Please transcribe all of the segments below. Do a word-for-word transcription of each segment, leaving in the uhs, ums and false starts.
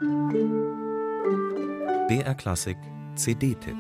B R Klassik C D-Tipp.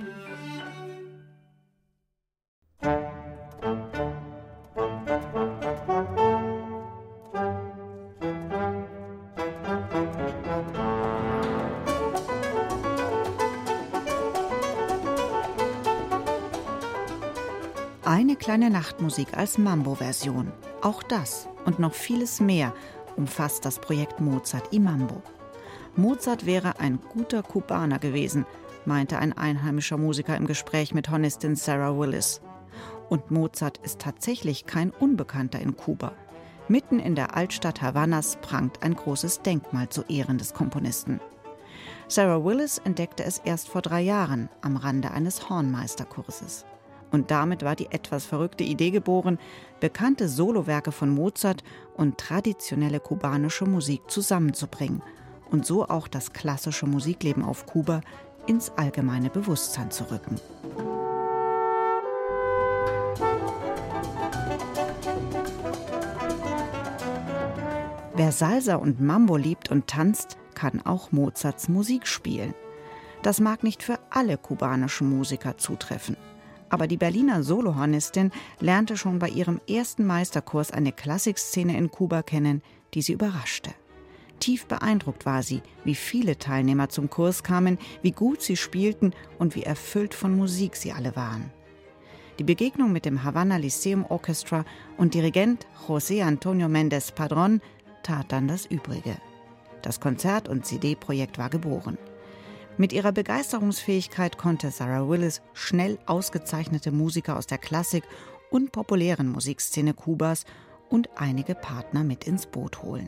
Eine kleine Nachtmusik als Mambo-Version. Auch das und noch vieles mehr umfasst das Projekt Mozart y Mambo. Mozart wäre ein guter Kubaner gewesen, meinte ein einheimischer Musiker im Gespräch mit Hornistin Sarah Willis. Und Mozart ist tatsächlich kein Unbekannter in Kuba. Mitten in der Altstadt Havanas prangt ein großes Denkmal zu Ehren des Komponisten. Sarah Willis entdeckte es erst vor drei Jahren am Rande eines Hornmeisterkurses. Und damit war die etwas verrückte Idee geboren, bekannte Solowerke von Mozart und traditionelle kubanische Musik zusammenzubringen und so auch das klassische Musikleben auf Kuba ins allgemeine Bewusstsein zu rücken. Wer Salsa und Mambo liebt und tanzt, kann auch Mozarts Musik spielen. Das mag nicht für alle kubanischen Musiker zutreffen. Aber die Berliner Solohornistin lernte schon bei ihrem ersten Meisterkurs eine Klassikszene in Kuba kennen, die sie überraschte. Tief beeindruckt war sie, wie viele Teilnehmer zum Kurs kamen, wie gut sie spielten und wie erfüllt von Musik sie alle waren. Die Begegnung mit dem Havana Lyceum Orchestra und Dirigent José Antonio Méndez Padrón tat dann das Übrige. Das Konzert- und C D-Projekt war geboren. Mit ihrer Begeisterungsfähigkeit konnte Sarah Willis schnell ausgezeichnete Musiker aus der Klassik und populären Musikszene Kubas und einige Partner mit ins Boot holen.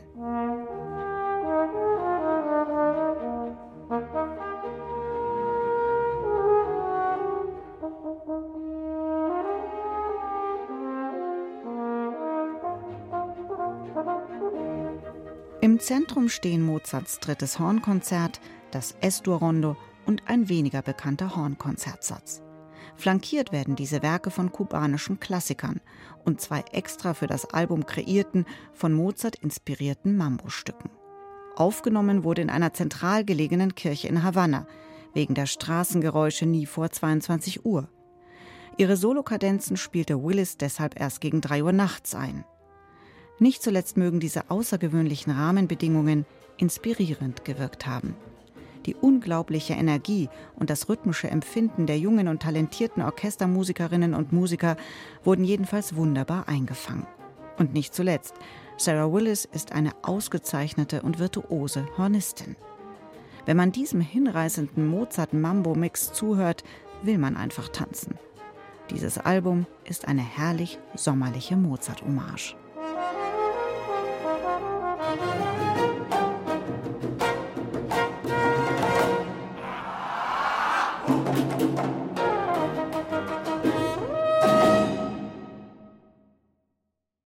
Im Zentrum stehen Mozarts drittes Hornkonzert, das Es-Dur-Rondo und ein weniger bekannter Hornkonzertsatz. Flankiert werden diese Werke von kubanischen Klassikern und zwei extra für das Album kreierten, von Mozart inspirierten Mambo-Stücken. Aufgenommen wurde in einer zentral gelegenen Kirche in Havanna, wegen der Straßengeräusche nie vor zweiundzwanzig Uhr. Ihre Solokadenzen spielte Willis deshalb erst gegen drei Uhr nachts ein. Nicht zuletzt mögen diese außergewöhnlichen Rahmenbedingungen inspirierend gewirkt haben. Die unglaubliche Energie und das rhythmische Empfinden der jungen und talentierten Orchestermusikerinnen und Musiker wurden jedenfalls wunderbar eingefangen. Und nicht zuletzt, Sarah Willis ist eine ausgezeichnete und virtuose Hornistin. Wenn man diesem hinreißenden Mozart-Mambo-Mix zuhört, will man einfach tanzen. Dieses Album ist eine herrlich sommerliche Mozart-Hommage. Thank you.